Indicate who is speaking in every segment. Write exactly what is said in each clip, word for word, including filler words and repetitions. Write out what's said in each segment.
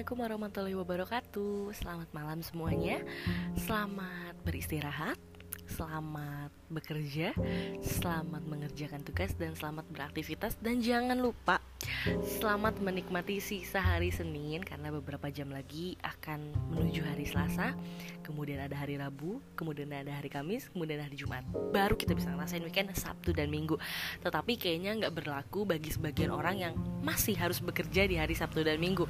Speaker 1: Assalamualaikum warahmatullahi wabarakatuh. Selamat malam semuanya. Selamat beristirahat, selamat bekerja, selamat mengerjakan tugas, dan selamat beraktivitas. Dan jangan lupa selamat menikmati sisa hari Senin, karena beberapa jam lagi akan menuju hari Selasa. Kemudian ada hari Rabu, kemudian ada hari Kamis, kemudian hari Jumat. Baru kita bisa ngerasain weekend Sabtu dan Minggu. Tetapi kayaknya gak berlaku bagi sebagian orang yang masih harus bekerja di hari Sabtu dan Minggu.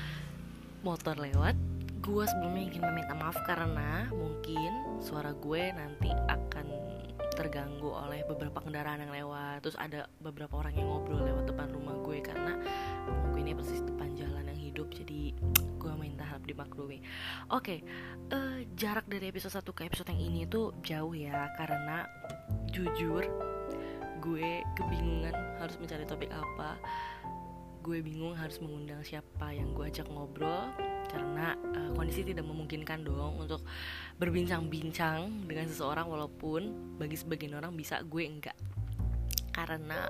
Speaker 1: Motor lewat, gue sebelumnya ingin meminta maaf karena mungkin suara gue nanti akan terganggu oleh beberapa kendaraan yang lewat. Terus ada beberapa orang yang ngobrol lewat depan rumah gue, karena rumah gue ini persis depan jalan yang hidup. Jadi gue minta harap dimaklumi. Oke, uh, jarak dari episode satu ke episode yang ini tuh jauh ya, karena jujur gue kebingungan harus mencari topik apa. Gue bingung harus mengundang siapa yang gue ajak ngobrol, karena uh, kondisi tidak memungkinkan dong untuk berbincang-bincang dengan seseorang, walaupun bagi sebagian orang bisa, gue enggak. Karena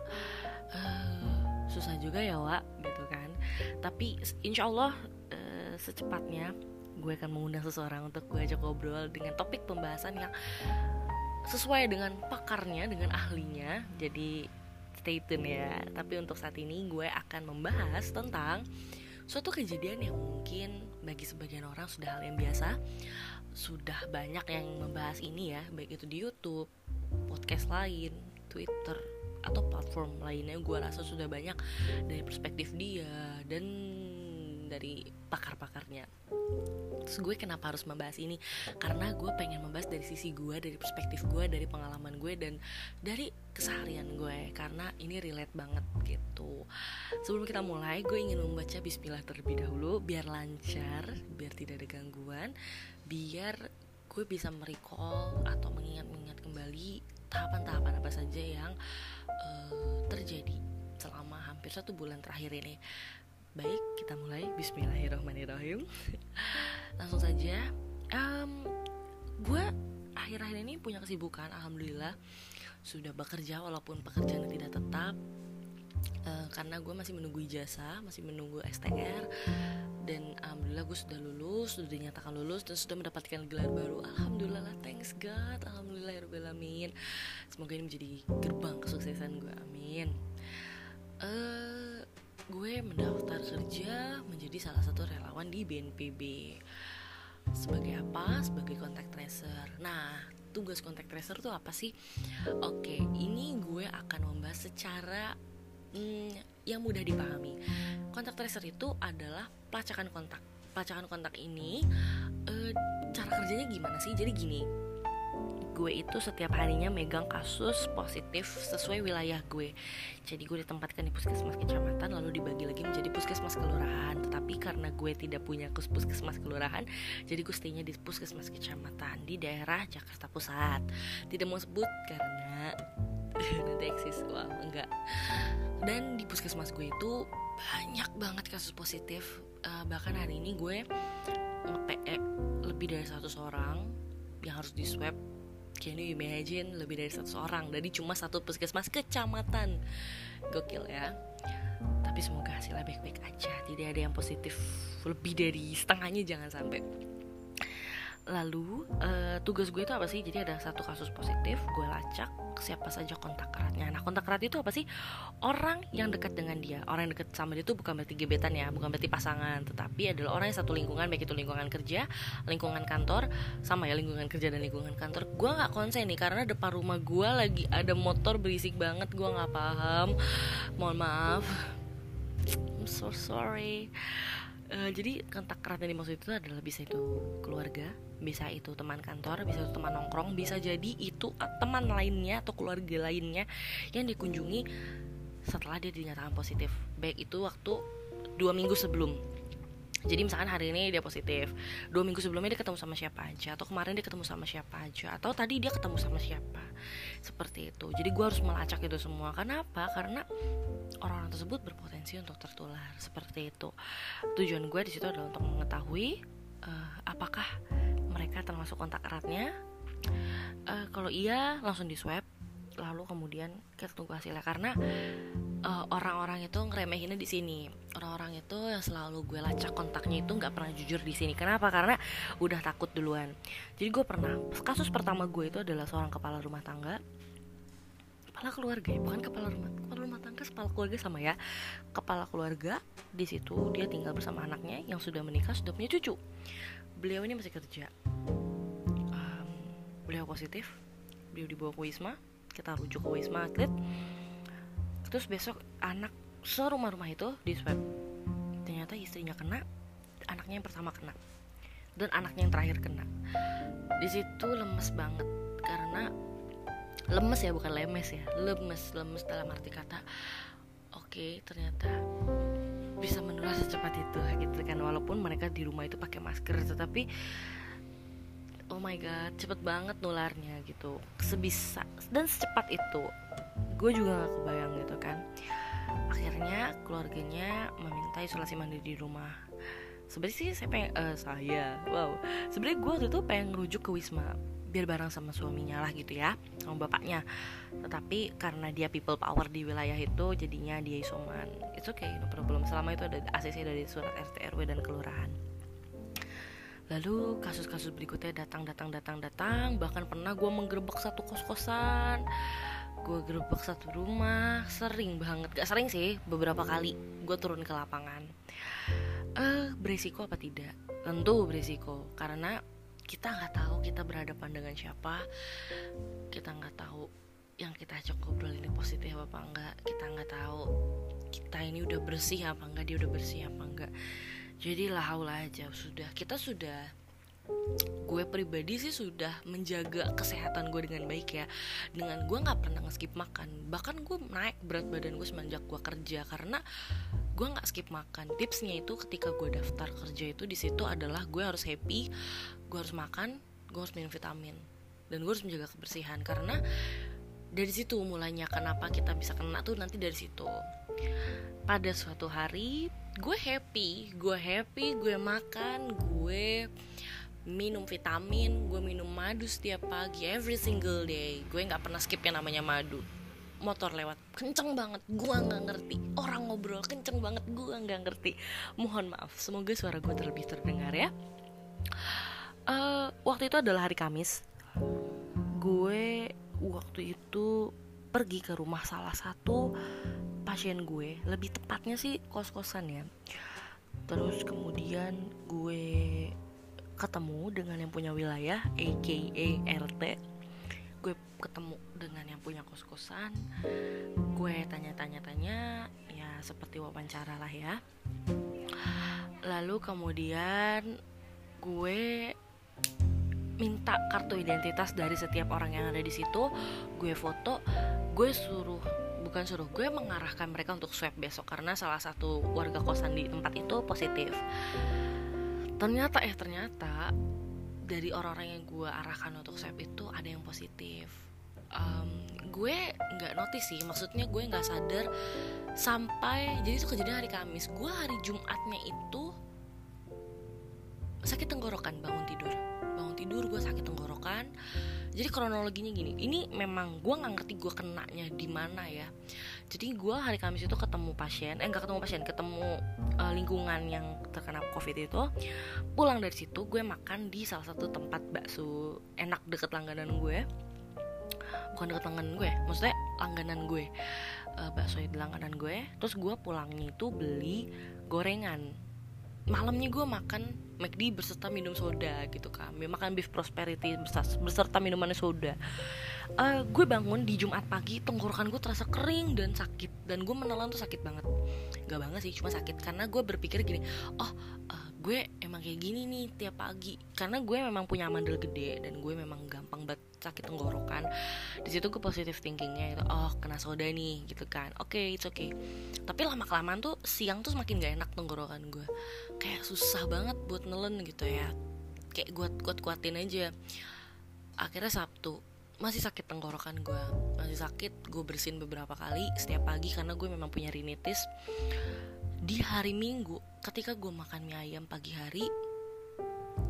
Speaker 1: uh, susah juga ya Wak, gitu kan. Tapi insya Allah uh, secepatnya gue akan mengundang seseorang untuk gue ajak ngobrol dengan topik pembahasan yang sesuai dengan pakarnya, dengan ahlinya. Jadi stay tune ya. Tapi untuk saat ini gue akan membahas tentang suatu kejadian yang mungkin bagi sebagian orang sudah hal yang biasa. Sudah banyak yang membahas ini ya, baik itu di YouTube, podcast lain, Twitter, atau platform lainnya. Gue rasa sudah banyak dari perspektif dia dan dari pakar-pakarnya. Terus gue kenapa harus membahas ini? Karena gue pengen membahas dari sisi gue, dari perspektif gue, dari pengalaman gue, dan dari keseharian gue, karena ini relate banget gitu. Sebelum kita mulai, gue ingin membaca bismillah terlebih dahulu, biar lancar, biar tidak ada gangguan, biar gue bisa merecall atau mengingat-ingat kembali tahapan-tahapan apa saja yang uh, terjadi selama hampir satu bulan terakhir ini. Baik, kita mulai. Bismillahirrahmanirrahim. Langsung saja. um, Gue akhir-akhir ini punya kesibukan, alhamdulillah. Sudah bekerja walaupun pekerjaannya tidak tetap, uh, karena gue masih menunggu ijazah, masih menunggu S T R. Dan alhamdulillah gue sudah lulus, sudah dinyatakan lulus, dan sudah mendapatkan gelar baru. Alhamdulillah lah, thanks God. Alhamdulillah ya Rabbil Alamin. Semoga ini menjadi gerbang kesuksesan gue, amin. uh, Gue mendaftar kerja menjadi salah satu relawan di B N P B. Sebagai apa? Sebagai contact tracer. Nah, tugas contact tracer itu apa sih? Oke, ini gue akan membahas secara hmm, yang mudah dipahami. Contact tracer itu adalah pelacakan kontak. Pelacakan kontak ini eh, cara kerjanya gimana sih? Jadi gini, gue itu setiap harinya megang kasus positif sesuai wilayah gue. Jadi gue ditempatkan di puskesmas kecamatan, lalu dibagi lagi menjadi puskesmas kelurahan. Tetapi karena gue tidak punya puskesmas kelurahan, jadi gue stay-nya di puskesmas kecamatan di daerah Jakarta Pusat. Tidak mau sebut karena nanti eksis, wah enggak. Dan di puskesmas gue itu banyak banget kasus positif. uh, Bahkan hari ini gue nge-P E lebih dari seratus orang yang harus di swab. Can you imagine, lebih dari seratus orang dari cuma satu puskesmas kecamatan. Gokil ya. Tapi semoga hasilnya baik-baik aja, tidak ada yang positif lebih dari setengahnya, jangan sampai. Lalu uh, tugas gue itu apa sih? Jadi ada satu kasus positif, gue lacak siapa saja kontak eratnya. Nah, kontak erat itu apa sih? Orang yang dekat dengan dia. Orang yang dekat sama dia itu bukan berarti gebetan ya, bukan berarti pasangan, tetapi adalah orang yang satu lingkungan, baik itu lingkungan kerja, lingkungan kantor, sama ya lingkungan kerja dan lingkungan kantor. Gue nggak konsen nih karena depan rumah gue lagi ada motor berisik banget, gue nggak paham. Mohon maaf. I'm so sorry. Uh, jadi kontak erat yang dimaksud itu adalah bisa itu keluarga, bisa itu teman kantor, bisa itu teman nongkrong, bisa jadi itu teman lainnya atau keluarga lainnya yang dikunjungi setelah dia dinyatakan positif. Baik itu waktu dua minggu sebelum. Jadi misalkan hari ini dia positif, dua minggu sebelumnya dia ketemu sama siapa aja, atau kemarin dia ketemu sama siapa aja, atau tadi dia ketemu sama siapa. Seperti itu. Jadi gue harus melacak itu semua. Kenapa? Karena orang-orang tersebut berpotensi untuk tertular. Seperti itu. Tujuan gue di situ adalah untuk mengetahui uh, apakah mereka termasuk kontak eratnya. Uh, kalau iya, langsung di swab. Lalu kemudian kita tunggu hasilnya. Karena uh, orang-orang itu ngeremehinnya di sini. Orang-orang itu yang selalu gue lacak kontaknya itu nggak pernah jujur di sini. Kenapa? Karena udah takut duluan. Jadi gue pernah, kasus pertama gue itu adalah seorang kepala rumah tangga, kepala keluarga ya, bukan kepala rumah kepala rumah tangga, kepala keluarga sama ya, kepala keluarga. Di situ dia tinggal bersama anaknya yang sudah menikah, sudah punya cucu. Beliau ini masih kerja. Um, beliau positif, beliau dibawa ke Wisma, kita rujuk ke Wisma Atlet. Terus besok anak serumah-rumah itu di swab, ternyata istrinya kena, anaknya yang pertama kena, dan anaknya yang terakhir kena. Di situ lemes banget, karena lemes ya, bukan lemes ya, lemes, lemes dalam arti kata, oke okay, ternyata bisa menular secepat itu gitu kan, walaupun mereka di rumah itu pakai masker, tetapi oh my god, cepet banget nularnya gitu, sebisa dan secepat itu, gue juga gak kebayang gitu kan. Akhirnya keluarganya meminta isolasi mandiri di rumah. Sebenarnya sih saya pengen, uh, saya, wow, sebenarnya gue waktu itu pengen ngerujuk ke Wisma biar bareng sama suaminya lah gitu ya, sama bapaknya. Tetapi karena dia people power di wilayah itu, jadinya dia isoman. It's okay, no problem. Selama itu ada A C C dari surat R T R W dan kelurahan. Lalu kasus-kasus berikutnya datang, datang, datang, datang. Bahkan pernah gue menggerebek satu kos-kosan, gue gerebek satu rumah, sering banget. Gak sering sih, beberapa kali gue turun ke lapangan. Eh, beresiko apa tidak? Tentu beresiko, karena kita nggak tahu kita berhadapan dengan siapa, kita nggak tahu yang kita ajak ngobrol ini positif apa enggak, kita nggak tahu kita ini udah bersih apa enggak, dia udah bersih apa enggak. Jadi lah haula aja, sudah kita sudah, gue pribadi sih sudah menjaga kesehatan gue dengan baik ya, dengan gue nggak pernah nge-skip makan. Bahkan gue naik berat badan gue semenjak gue kerja, karena gue nggak skip makan. Tipsnya itu ketika gue daftar kerja itu, di situ adalah gue harus happy, gue harus makan, gue harus minum vitamin, dan gue harus menjaga kebersihan. Karena dari situ mulainya kenapa kita bisa kena tuh nanti dari situ. Pada suatu hari gue happy, gue happy, gue makan, gue minum vitamin, gue minum madu setiap pagi, every single day. Gue nggak pernah skip yang namanya madu. Motor lewat kenceng banget, gue nggak ngerti. Orang ngobrol kenceng banget, gue nggak ngerti. Mohon maaf, semoga suara gue terlebih terdengar ya. Uh, waktu itu adalah hari Kamis. Gue waktu itu pergi ke rumah salah satu pasien gue, lebih tepatnya sih kos-kosan ya. Terus kemudian gue ketemu dengan yang punya wilayah, aka R T. Gue ketemu dengan yang punya kos-kosan, gue tanya-tanya-tanya, ya seperti wawancara lah ya. Lalu kemudian gue minta kartu identitas dari setiap orang yang ada di situ, gue foto, gue suruh, bukan suruh, gue mengarahkan mereka untuk swab besok karena salah satu warga kosan di tempat itu positif. Ternyata eh ternyata dari orang-orang yang gue arahkan untuk swab itu ada yang positif. Um, gue nggak notice sih, maksudnya gue nggak sadar sampai, jadi itu kejadian hari Kamis. Gue hari Jumatnya itu sakit tenggorokan, bangun tidur, bangun tidur gue sakit tenggorokan. Jadi kronologinya gini, ini memang gue nggak ngerti gue kenanya di mana ya. Jadi gue hari Kamis itu ketemu pasien, eh nggak ketemu pasien, ketemu uh, lingkungan yang terkena COVID itu. Pulang dari situ gue makan di salah satu tempat bakso enak deket langganan gue. Bukan deket langganan gue, maksudnya langganan gue, uh, bakso di langganan gue. Terus gue pulangnya itu beli gorengan. Malamnya gue makan McD beserta minum soda gitu kan, makan beef prosperity beserta minuman soda. uh, Gue bangun di Jumat pagi, tenggorokan gue terasa kering dan sakit. Dan gue menelan tuh sakit banget. Gak banget sih, cuma sakit. Karena gue berpikir gini, oh uh, gue emang kayak gini nih tiap pagi. Karena gue memang punya amandel gede dan gue memang gampang banget sakit tenggorokan. Di situ gue positive thinkingnya itu, oh kena soda nih gitu kan. Oke, okay, it's okay. Tapi lama kelamaan tuh siang tuh semakin gak enak tenggorokan gue. Kayak susah banget buat nelen gitu ya. Kayak gue kuat-kuatin aja. Akhirnya Sabtu masih sakit tenggorokan gue, masih sakit. Gue bersihin beberapa kali setiap pagi karena gue memang punya rinitis. Di hari Minggu ketika gue makan mie ayam pagi hari,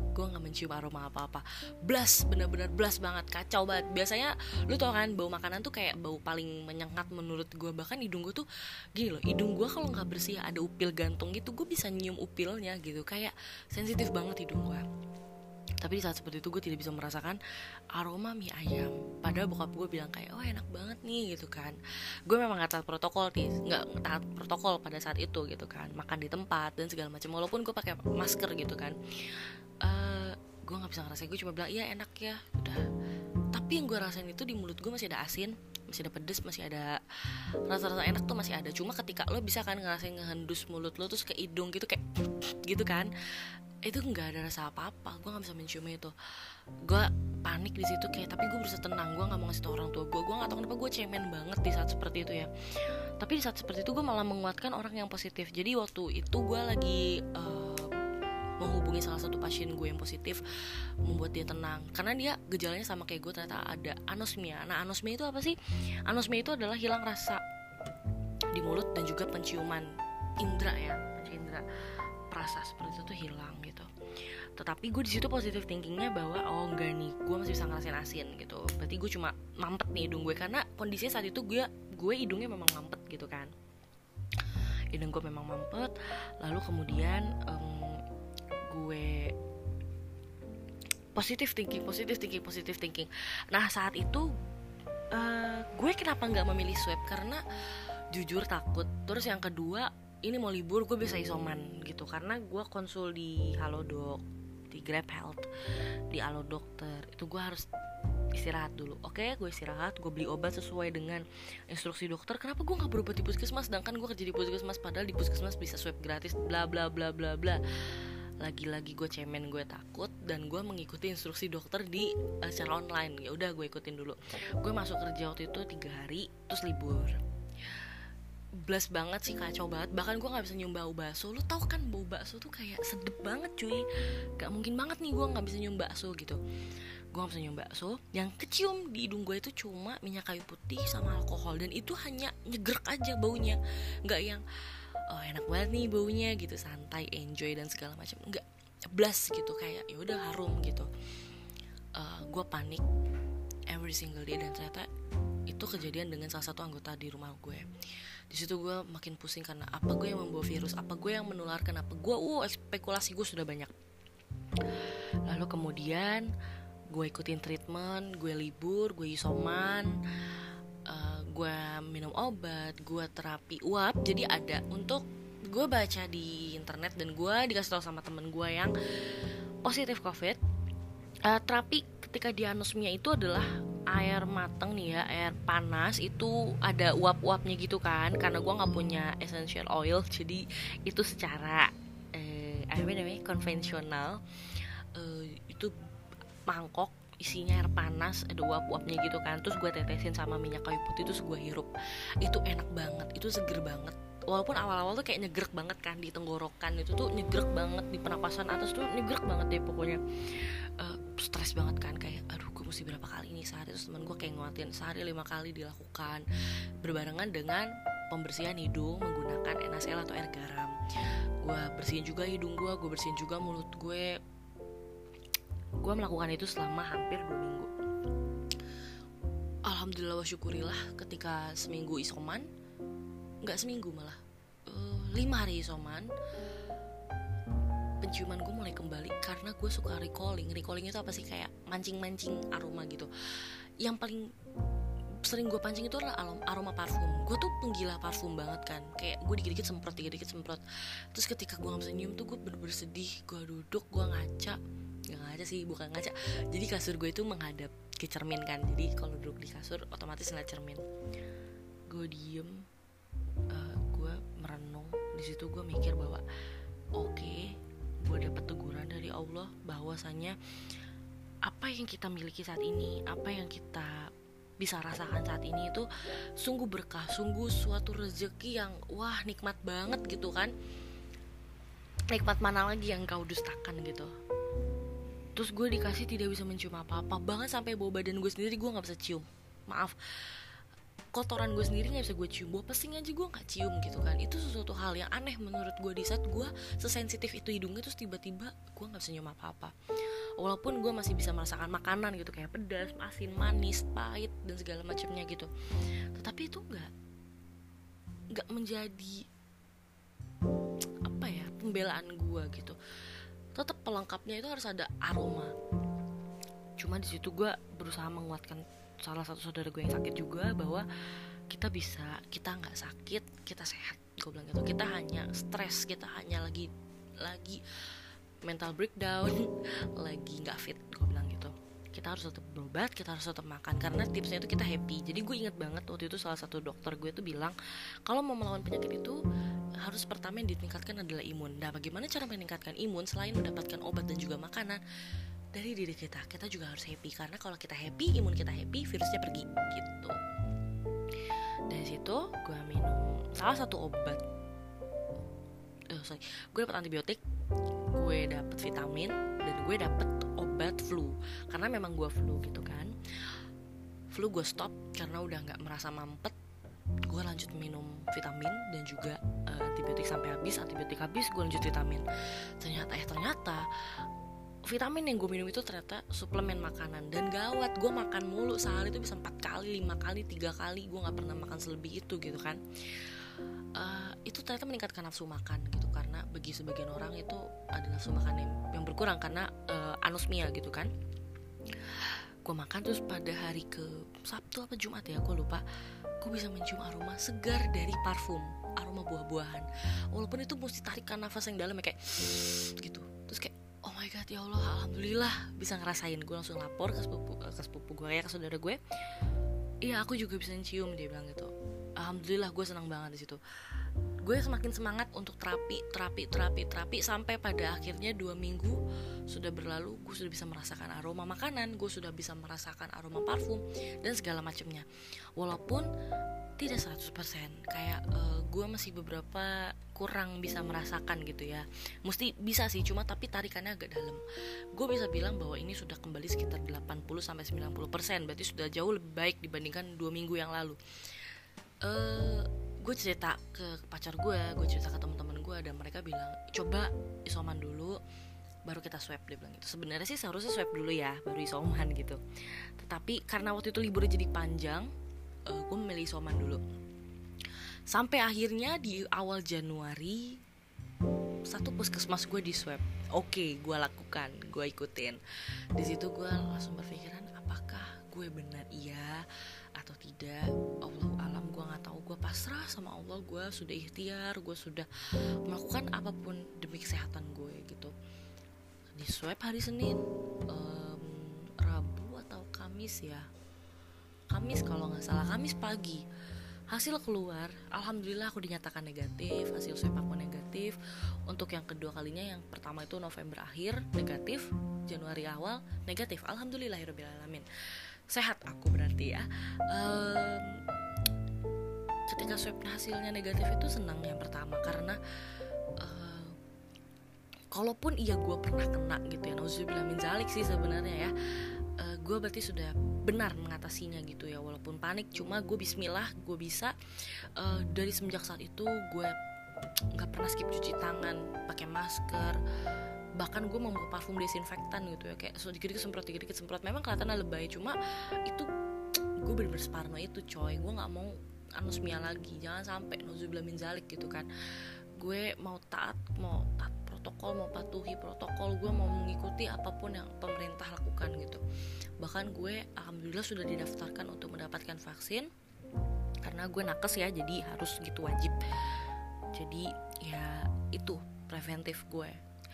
Speaker 1: gue nggak mencium aroma apa-apa. Blast, bener-bener blast banget, kacau banget. Biasanya lu tau kan bau makanan tuh kayak bau paling menyengat menurut gue. Bahkan hidung gue tuh gini loh, hidung gue kalau nggak bersih ada upil gantung gitu, gue bisa nyium upilnya gitu. Kayak sensitif banget hidung gue. Tapi di saat seperti itu gue tidak bisa merasakan aroma mie ayam. Padahal bokap gue bilang kayak, oh enak banget nih gitu kan. Gue memang gak taat protokol nih, gak taat protokol pada saat itu gitu kan. Makan di tempat dan segala macam. Walaupun gue pakai masker gitu kan. Uh, gue gak bisa ngerasain, gue cuma bilang iya enak ya, udah. Tapi yang gue rasain itu di mulut gue masih ada asin, masih ada pedes, masih ada rasa-rasa enak tuh masih ada. Cuma ketika lo bisa kan ngerasain ngehendus mulut lo terus ke hidung gitu kayak gitu kan, itu nggak ada rasa apa-apa. Gue nggak bisa menciumnya itu. Gue panik di situ kayak, tapi gue berusaha tenang. Gue nggak mau ngasih tau orang tua gue. Gue nggak tahu kenapa gue cemen banget di saat seperti itu ya. Tapi di saat seperti itu gue malah menguatkan orang yang positif. Jadi waktu itu gue lagi uh, menghubungi salah satu pasien gue yang positif, membuat dia tenang karena dia gejalanya sama kayak gue, ternyata ada anosmia. Nah anosmia itu apa sih? Anosmia itu adalah hilang rasa di mulut dan juga penciuman indera ya, indera perasa seperti itu tuh hilang gitu. Tetapi gue di situ positive thinkingnya bahwa oh enggak nih, gue masih bisa ngerasain asin gitu. Berarti gue cuma mampet nih hidung gue, karena kondisinya saat itu gue gue hidungnya memang mampet gitu kan. Hidung gue memang mampet. Lalu kemudian um, gue positive thinking, positive thinking, positive thinking. Nah saat itu uh, gue kenapa nggak memilih swab? Karena jujur takut. Terus yang kedua, ini mau libur gue bisa isoman gitu, karena gue konsul di Halodoc, di Grab Health, di Halo Dokter. Itu gue harus istirahat dulu. Oke, gue istirahat, gue beli obat sesuai dengan instruksi dokter. Kenapa gue nggak berobat di puskesmas? Sedangkan gue kerja di puskesmas, padahal di puskesmas bisa swab gratis, bla bla bla bla bla. Lagi-lagi gue cemen, gue takut, dan gue mengikuti instruksi dokter di uh, secara online. Ya udah gue ikutin dulu. Gue masuk kerja waktu itu tiga hari, terus libur. Blast banget sih, kacau banget. Bahkan gue nggak bisa nyium bau bakso. Lu tau kan bau bakso tuh kayak sedep banget cuy. Gak mungkin banget nih gue nggak bisa nyium bakso gitu. Gue gak bisa nyium bakso. Yang kecium di hidung gue itu cuma minyak kayu putih sama alkohol, dan itu hanya nyegrek aja baunya, nggak yang oh enak banget nih baunya gitu, santai, enjoy dan segala macam. Enggak, blast gitu, kayak ya udah harum gitu. Uh, gue panik every single day, dan ternyata itu kejadian dengan salah satu anggota di rumah gue. Di situ gue makin pusing karena apa gue yang membawa virus, apa gue yang menularkan, apa gue, uh spekulasi gue sudah banyak. Lalu kemudian gue ikutin treatment, gue libur, gue isoman. Uh, gue minum obat, gue terapi uap. Jadi ada untuk gue baca di internet, dan gue dikasih tahu sama temen gue yang positif covid, uh, terapi ketika di anosmia itu adalah air mateng nih ya, air panas itu ada uap-uapnya gitu kan. Karena gue nggak punya essential oil, jadi itu secara uh, apa namanya konvensional, uh, itu mangkok isinya air panas, ada uap-uapnya gitu kan. Terus gue tetesin sama minyak kayu putih, terus gue hirup. Itu enak banget, itu seger banget. Walaupun awal-awal tuh kayak nyegrek banget kan di tenggorokan, itu tuh nyegrek banget, di pernapasan atas tuh nyegrek banget deh pokoknya. uh, Stres banget kan, kayak aduh gue mesti berapa kali nih sehari. Terus temen gue kayak nguatin sehari lima kali dilakukan, berbarengan dengan pembersihan hidung menggunakan N A C L atau air garam. Gue bersihin juga hidung gue, gue bersihin juga mulut gue. Gue melakukan itu selama hampir dua minggu. Alhamdulillah wa syukurillah, ketika seminggu isoman, gak seminggu malah uh, lima hari isoman, penciuman gue mulai kembali. Karena gue suka recalling. Recalling itu apa sih? Kayak mancing-mancing aroma gitu. Yang paling sering gue pancing itu adalah aroma parfum. Gue tuh penggila parfum banget kan. Kayak gue dikit-dikit semprot, dikit-dikit semprot. Terus ketika gue gak bisa nyium tuh gue bener-bener sedih. Gue duduk, gue ngaca. Gak ngaca sih, bukan ngaca. Jadi kasur gue itu menghadap ke cermin kan. Jadi kalau duduk di kasur otomatis ngeliat cermin. Gue diem, uh, gue merenung. Di situ gue mikir bahwa oke, okay, gue dapet teguran dari Allah bahwasanya apa yang kita miliki saat ini, apa yang kita bisa rasakan saat ini itu sungguh berkah, sungguh suatu rezeki yang wah nikmat banget gitu kan. Nikmat mana lagi yang kau dustakan gitu. Terus gue dikasih tidak bisa mencium apa-apa. Bahkan sampai bau badan gue sendiri gue gak bisa cium. Maaf, kotoran gue sendiri gak bisa gue cium. Bau pesing aja gue gak cium gitu kan. Itu sesuatu hal yang aneh menurut gue. Di saat gue sesensitif itu hidungnya, terus tiba-tiba gue gak bisa nyium apa-apa. walaupun gue masih bisa merasakan makanan gitu, kayak pedas, asin, manis, pahit dan segala macamnya gitu, tetapi itu nggak nggak menjadi apa ya pembelaan gue gitu. Tetap pelengkapnya itu harus ada aroma. Cuma di situ gue berusaha menguatkan salah satu saudara gue yang sakit juga, bahwa kita bisa, kita nggak sakit, kita sehat. Gue bilang gitu, kita hanya stres, kita hanya lagi lagi mental breakdown, lagi nggak fit. Gue bilang gitu, kita harus tetap berobat, kita harus tetap makan, karena tipsnya itu kita happy. Jadi gue inget banget waktu itu salah satu dokter gue tuh bilang, kalau mau melawan penyakit itu harus pertama yang ditingkatkan adalah imun. Nah, bagaimana cara meningkatkan imun selain mendapatkan obat dan juga makanan? Dari diri kita, kita juga harus happy, karena kalau kita happy, imun kita happy, virusnya pergi gitu. Dari situ gue minum salah satu obat, oh, sorry, gue dapet antibiotik, gue dapet vitamin, dan gue dapet obat flu, karena memang gue flu gitu kan. Flu gue stop karena udah nggak merasa mampet. Gue lanjut minum vitamin dan juga uh, antibiotik sampai habis. Antibiotik habis, gue lanjut vitamin. Ternyata eh ternyata vitamin yang gue minum itu ternyata suplemen makanan. Dan gawat, gue makan mulu, sehari itu bisa empat kali, lima kali, tiga kali. Gue gak pernah makan selebih itu gitu kan. uh, Itu ternyata meningkatkan nafsu makan gitu, karena bagi sebagian orang itu ada nafsu makan yang, yang berkurang karena uh, anosmia gitu kan. Gue makan, terus pada hari ke Sabtu apa Jumat ya, gue lupa, gue bisa mencium aroma segar dari parfum, aroma buah-buahan. Walaupun itu mesti tarikan nafas yang dalam kayak gitu. Terus kayak oh my god, ya Allah, alhamdulillah bisa ngerasain. Gue langsung lapor ke sepupu, ke sepupu gue ya, ke saudara gue. Iya, aku juga bisa cium, dia bilang gitu. Alhamdulillah, gue senang banget di situ. Gue semakin semangat untuk terapi, terapi, terapi, terapi sampai pada akhirnya dua minggu sudah berlalu, gue sudah bisa merasakan aroma makanan, gue sudah bisa merasakan aroma parfum dan segala macamnya. Walaupun tidak seratus persen, kayak uh, gue masih beberapa kurang bisa merasakan gitu ya. Mesti bisa sih, cuma tapi tarikannya agak dalam. Gue bisa bilang bahwa ini sudah kembali sekitar delapan puluh sampai sembilan puluh persen, berarti sudah jauh lebih baik dibandingkan dua minggu yang lalu. Uh, gue cerita ke pacar gue, gue cerita ke teman-teman gue, dan mereka bilang coba isoman dulu, baru kita swab, dia bilang gitu. Sebenarnya sih seharusnya swab dulu ya, baru isoman gitu. Tetapi karena waktu itu liburnya jadi panjang, uh, gue memilih isoman dulu. Sampai akhirnya di awal Januari satu puskesmas gue di swab. Oke, gue lakukan, gue ikutin. Di situ gue langsung berpikiran, apakah gue benar iya atau tidak? Allahu alam, gue nggak tahu. Gue pasrah sama Allah. Gue sudah ikhtiar, gue sudah melakukan apapun demi kesehatan gue gitu. Di swab hari Senin, um, Rabu atau Kamis ya, Kamis kalau nggak salah, Kamis pagi hasil keluar. Alhamdulillah aku dinyatakan negatif, hasil swab aku negatif. Untuk yang kedua kalinya, yang pertama itu November akhir negatif, Januari awal negatif. Alhamdulillahirobbilalamin, sehat aku berarti ya. um, Ketika swab hasilnya negatif itu senang yang pertama, karena uh, kalaupun iya gue pernah kena gitu ya, nauzubillah min zalik sih sebenarnya ya, uh, gue berarti sudah benar mengatasinya gitu ya. Walaupun panik, cuma gue bismillah, gue bisa. uh, Dari semenjak saat itu gue gak pernah skip cuci tangan, pakai masker, bahkan gue membawa parfum desinfektan gitu ya, kayak so dikit-dikit semprot, dikit-dikit semprot. Memang kelihatannya lebay, cuma itu gue bener-bener separno itu coy. Gue gak mau anosmia lagi, jangan sampai nauzubillah min zalik gitu kan. Gue mau taat, mau taat protokol, mau patuhi protokol, gue mau mengikuti apapun yang pemerintah lakukan gitu. Bahkan gue alhamdulillah sudah didaftarkan untuk mendapatkan vaksin, karena gue nakes ya, jadi harus gitu, wajib. Jadi ya itu preventif gue.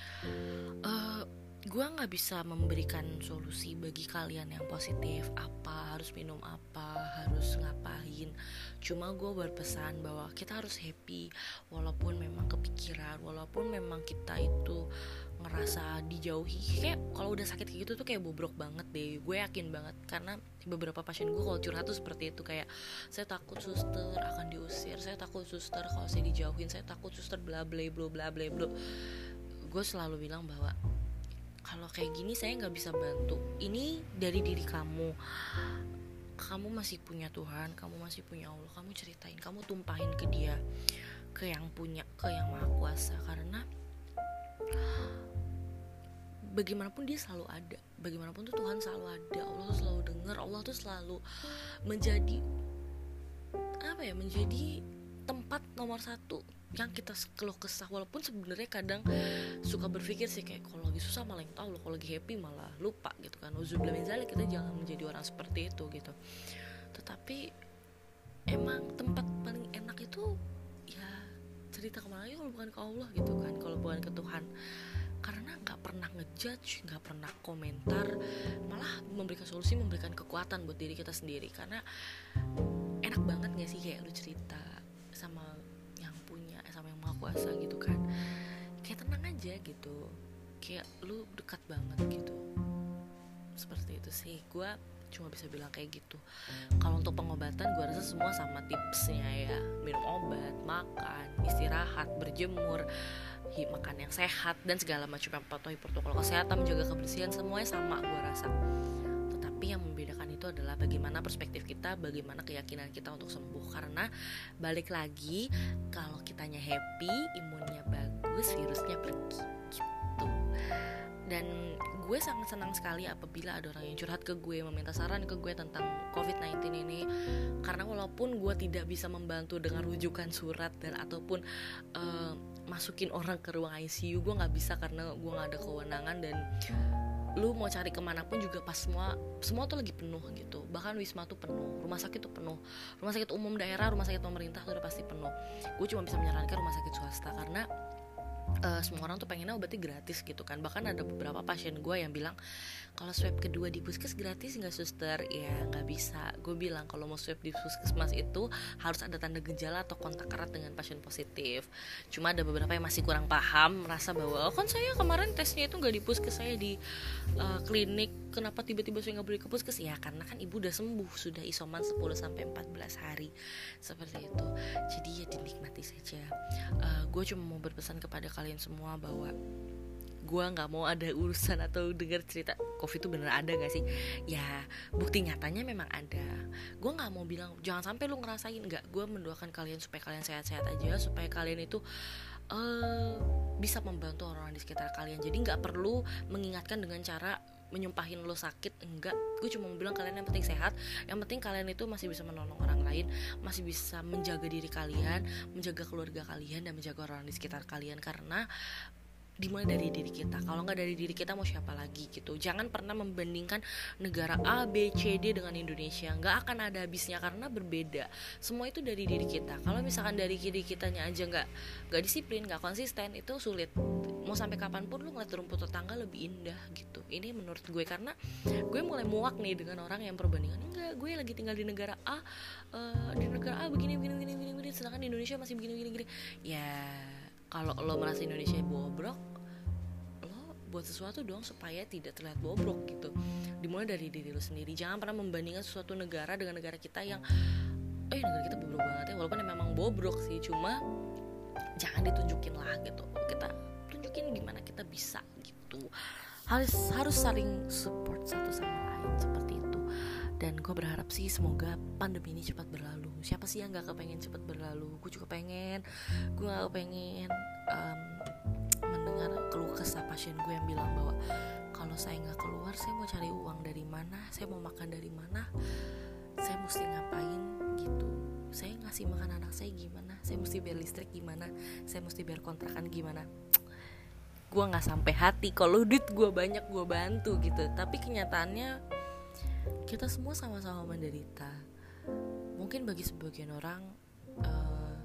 Speaker 1: uh, Gue gak bisa memberikan solusi bagi kalian yang positif, apa harus minum apa, harus ngapain. Cuma gue berpesan bahwa kita harus happy, walaupun memang kepikiran, walaupun memang kita itu ngerasa dijauhi. Kayak kalau udah sakit kayak gitu tuh kayak bobrok banget deh, gue yakin banget. Karena beberapa pasien gue kalau curhat tuh seperti itu, kayak saya takut suster akan diusir, saya takut suster kalau saya dijauhin, saya takut suster bla bla bla bla bla bla. Gue selalu bilang bahwa kalau kayak gini saya gak bisa bantu. Ini dari diri kamu. Kamu masih punya Tuhan, kamu masih punya Allah. Kamu ceritain, kamu tumpahin ke dia, ke yang punya, ke yang maha kuasa. Karena bagaimanapun dia selalu ada, bagaimanapun tuh Tuhan selalu ada, Allah tuh selalu dengar, Allah tuh selalu menjadi apa ya, menjadi tempat nomor satu yang kita keluh kesah. Walaupun sebenarnya kadang suka berpikir sih kayak kalau lagi susah malah yang tahu loh, kalau lagi happy malah lupa gitu kan. Uzubillah min dzalik, kita jangan menjadi orang seperti itu gitu. Tetapi emang tempat paling enak itu ya cerita kemana lagi kalau bukan ke Allah gitu kan, kalau bukan ke Tuhan. Karena nggak pernah ngejudge, nggak pernah komentar, malah memberikan solusi, memberikan kekuatan buat diri kita sendiri. Karena enak banget nggak sih kayak lu cerita sama yang punya, sama yang maha kuasa gitu kan, kayak tenang aja gitu, kayak lu dekat banget gitu. Seperti itu sih, gue cuma bisa bilang kayak gitu. Kalau untuk pengobatan gue rasa semua sama tipsnya ya, minum obat, makan, istirahat, berjemur, makan yang sehat dan segala macam yang patuhi protokol kesehatan, menjaga kebersihan, semuanya sama gue rasa. Tetapi yang membedakan itu adalah bagaimana perspektif kita, bagaimana keyakinan kita untuk sembuh. Karena balik lagi, kalau kitanya happy, imunnya bagus, virusnya pergi gitu. Dan gue sangat senang sekali apabila ada orang yang curhat ke gue, meminta saran ke gue tentang covid sembilan belas ini. Karena walaupun gue tidak bisa membantu dengan rujukan surat dan ataupun uh, masukin orang ke ruang I C U, gue gak bisa karena gue gak ada kewenangan. Dan lu mau cari kemanapun juga pas semua semua tuh lagi penuh gitu. Bahkan wisma tuh penuh, rumah sakit tuh penuh, rumah sakit umum daerah, rumah sakit pemerintah tuh udah pasti penuh. Gue cuma bisa menyarankan rumah sakit swasta karena Uh, semua orang tuh pengennya obatnya gratis gitu kan. Bahkan ada beberapa pasien gue yang bilang, kalau swab kedua di puskes gratis nggak suster? Ya nggak bisa. Gue bilang kalau mau swab di puskesmas itu harus ada tanda gejala atau kontak erat dengan pasien positif. Cuma ada beberapa yang masih kurang paham, merasa bahwa oh, kan saya kemarin tesnya itu nggak di puskes, saya di uh, klinik, kenapa tiba-tiba saya nggak boleh ke puskes? Ya karena kan ibu udah sembuh, sudah isoman sepuluh sampai empat belas hari seperti itu. Jadi ya dinikmati saja. uh, Gue cuma mau berpesan kepada kalian semua bahwa gue nggak mau ada urusan atau dengar cerita covid itu bener ada nggak sih. Ya bukti nyatanya memang ada. Gue nggak mau bilang jangan sampai lu ngerasain, nggak. Gue mendoakan kalian supaya kalian sehat-sehat aja, supaya kalian itu uh, bisa membantu orang di sekitar kalian. Jadi nggak perlu mengingatkan dengan cara menyumpahin lo sakit, enggak. Gue cuma mau bilang kalian yang penting sehat, yang penting kalian itu masih bisa menolong orang lain, masih bisa menjaga diri kalian, menjaga keluarga kalian, dan menjaga orang di sekitar kalian. Karena dimulai dari diri kita. Kalau nggak dari diri kita mau siapa lagi gitu. Jangan pernah membandingkan negara A, B, C, D dengan Indonesia. Nggak akan ada habisnya karena berbeda. Semua itu dari diri kita. Kalau misalkan dari diri kitanya aja nggak nggak disiplin, nggak konsisten, itu sulit. Mau sampai kapanpun lu ngeliat rumput tetangga lebih indah gitu. Ini menurut gue, karena gue mulai muak nih dengan orang yang perbandingan. Enggak, gue lagi tinggal di negara A, uh, di negara A begini begini begini begini, begini sedangkan di Indonesia masih begini begini begini. Ya kalau lo merasa Indonesia bobrok, lo buat sesuatu dong supaya tidak terlihat bobrok gitu. Dimulai dari diri lo sendiri. Jangan pernah membandingkan suatu negara dengan negara kita yang eh negara kita bobrok banget ya. Walaupun memang bobrok sih, cuma jangan ditunjukin lah gitu. Kita tunjukin gimana kita bisa gitu. Harus harus saling support satu sama lain seperti itu. Dan gue berharap sih semoga pandemi ini cepat berlalu. Siapa sih yang gak kepengen cepat berlalu? Gue juga pengen. Gue gak pengen um, mendengar keluh kesah pasien gue yang bilang bahwa kalau saya gak keluar, saya mau cari uang dari mana, saya mau makan dari mana, saya mesti ngapain gitu. Saya ngasih makan anak saya gimana, saya mesti bayar listrik gimana, saya mesti bayar kontrakan gimana. Gue gak sampai hati. Kalau duit gue banyak, gue bantu gitu. Tapi kenyataannya kita semua sama-sama menderita. Mungkin bagi sebagian orang uh,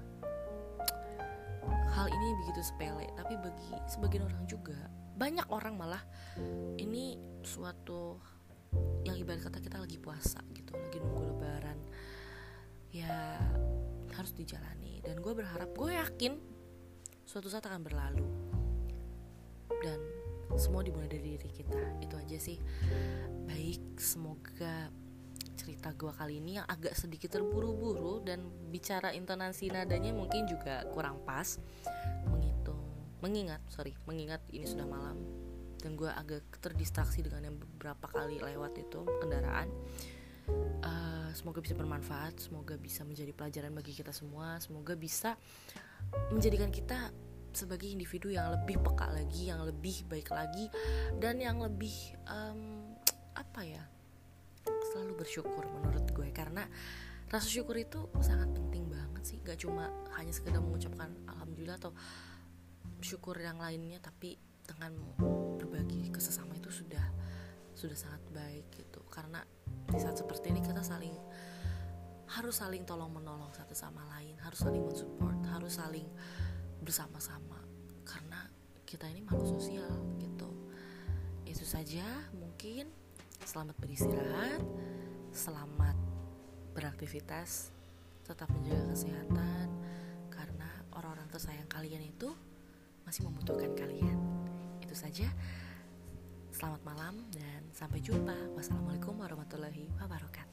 Speaker 1: hal ini begitu sepele, tapi bagi sebagian orang juga, banyak orang malah ini suatu yang ibarat kata kita lagi puasa gitu, lagi nunggu lebaran. Ya harus dijalani. Dan gue berharap, gue yakin suatu saat akan berlalu. Dan semua dimulai dari diri kita. Itu aja sih. Baik, semoga cerita gue kali ini yang agak sedikit terburu-buru dan bicara intonasi nadanya mungkin juga kurang pas, menghitung, mengingat, sorry, mengingat ini sudah malam dan gue agak terdistraksi dengan yang beberapa kali lewat itu kendaraan. Uh, semoga bisa bermanfaat, semoga bisa menjadi pelajaran bagi kita semua, semoga bisa menjadikan kita sebagai individu yang lebih peka lagi, yang lebih baik lagi, dan yang lebih um, apa ya, selalu bersyukur menurut gue. Karena rasa syukur itu sangat penting banget sih, gak cuma hanya sekedar mengucapkan alhamdulillah atau syukur yang lainnya, tapi dengan berbagi ke sesama itu sudah sudah sangat baik gitu. Karena di saat seperti ini kita saling harus saling tolong menolong satu sama lain, harus saling mensupport, harus saling bersama-sama, karena kita ini makhluk sosial gitu. Itu saja mungkin. Selamat beristirahat, selamat beraktivitas, tetap menjaga kesehatan, karena orang-orang tersayang kalian itu masih membutuhkan kalian. Itu saja. Selamat malam dan sampai jumpa. Wassalamualaikum warahmatullahi wabarakatuh.